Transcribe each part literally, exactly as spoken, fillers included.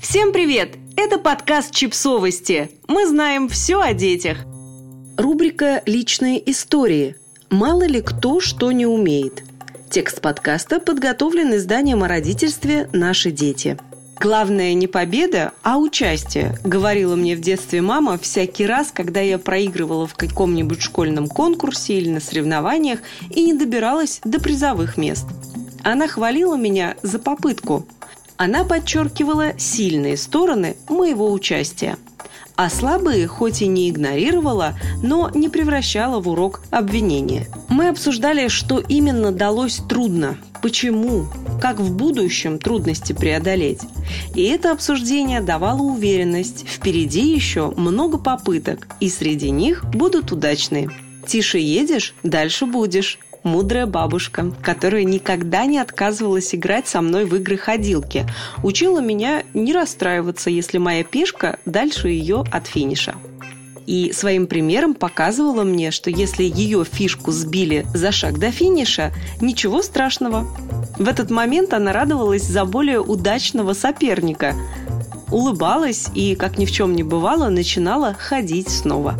Всем привет! Это подкаст «Чипсовости». Мы знаем все о детях. Рубрика «Личные истории». Мало ли кто что не умеет. Текст подкаста подготовлен изданием о родительстве «Наши дети». Главное не победа, а участие, говорила мне в детстве мама всякий раз, когда я проигрывала в каком-нибудь школьном конкурсе или на соревнованиях и не добиралась до призовых мест. Она хвалила меня за попытку. Она подчеркивала сильные стороны моего участия, а слабые хоть и не игнорировала, но не превращала в урок обвинения. Мы обсуждали, что именно далось трудно, почему, как в будущем трудности преодолеть. И это обсуждение давало уверенность, впереди еще много попыток, и среди них будут удачные. «Тише едешь, дальше будешь». Мудрая бабушка, которая никогда не отказывалась играть со мной в игры-ходилки, учила меня не расстраиваться, если моя пешка дальше ее от финиша. И своим примером показывала мне, что если ее фишку сбили за шаг до финиша, ничего страшного. В этот момент она радовалась за более удачного соперника, улыбалась и, как ни в чем не бывало, начинала ходить снова.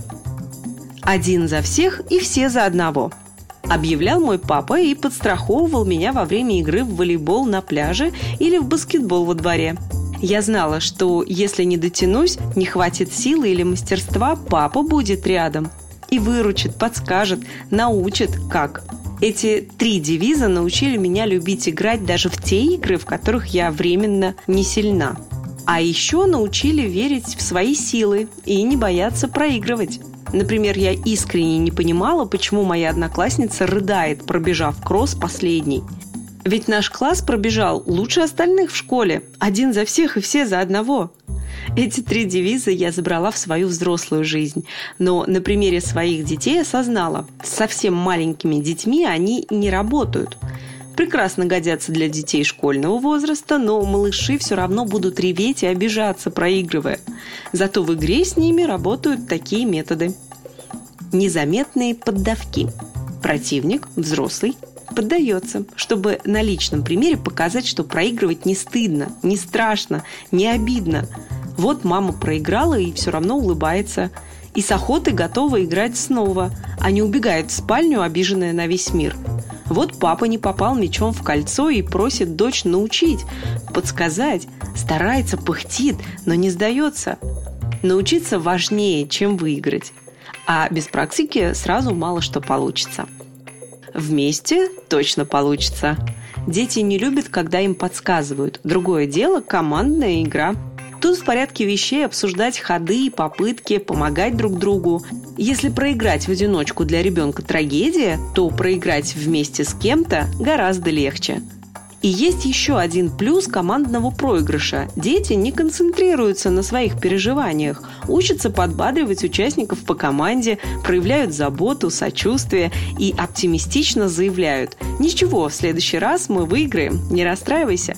«Один за всех и все за одного», объявлял мой папа и подстраховывал меня во время игры в волейбол на пляже или в баскетбол во дворе. Я знала, что если не дотянусь, не хватит силы или мастерства, папа будет рядом и выручит, подскажет, научит, как. Эти три девиза научили меня любить играть даже в те игры, в которых я временно не сильна. А еще научили верить в свои силы и не бояться проигрывать. Например, я искренне не понимала, почему моя одноклассница рыдает, пробежав кросс последней. Ведь наш класс пробежал лучше остальных в школе. Один за всех и все за одного. Эти три девиза я забрала в свою взрослую жизнь. Но на примере своих детей осознала, с совсем маленькими детьми они не работают. Прекрасно годятся для детей школьного возраста, но малыши все равно будут реветь и обижаться, проигрывая. Зато в игре с ними работают такие методы. Незаметные поддавки. Противник, взрослый, поддается, чтобы на личном примере показать, что проигрывать не стыдно, не страшно, не обидно. Вот мама проиграла и все равно улыбается. И с охотой готова играть снова, а не убегает в спальню, обиженная на весь мир. Вот папа не попал мячом в кольцо и просит дочь научить, подсказать, старается, пыхтит, но не сдается. Научиться важнее, чем выиграть. А без практики сразу мало что получится. Вместе точно получится. Дети не любят, когда им подсказывают. Другое дело – командная игра. Тут в порядке вещей обсуждать ходы, попытки, помогать друг другу. Если проиграть в одиночку для ребенка трагедия, то проиграть вместе с кем-то гораздо легче. И есть еще один плюс командного проигрыша. Дети не концентрируются на своих переживаниях, учатся подбадривать участников по команде, проявляют заботу, сочувствие и оптимистично заявляют: «Ничего, в следующий раз мы выиграем, не расстраивайся».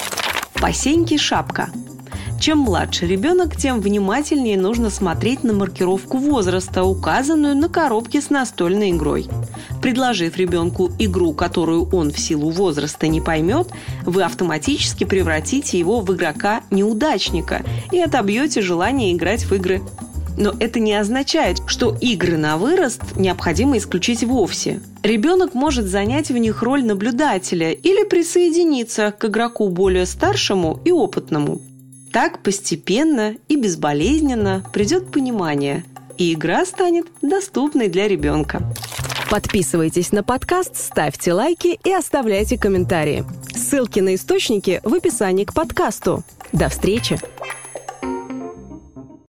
По Сеньке шапка. Чем младше ребенок, тем внимательнее нужно смотреть на маркировку возраста, указанную на коробке с настольной игрой. Предложив ребенку игру, которую он в силу возраста не поймет, вы автоматически превратите его в игрока-неудачника и отобьете желание играть в игры. Но это не означает, что игры на вырост необходимо исключить вовсе. Ребенок может занять в них роль наблюдателя или присоединиться к игроку более старшему и опытному. Так постепенно и безболезненно придет понимание, и игра станет доступной для ребенка. Подписывайтесь на подкаст, ставьте лайки и оставляйте комментарии. Ссылки на источники в описании к подкасту. До встречи!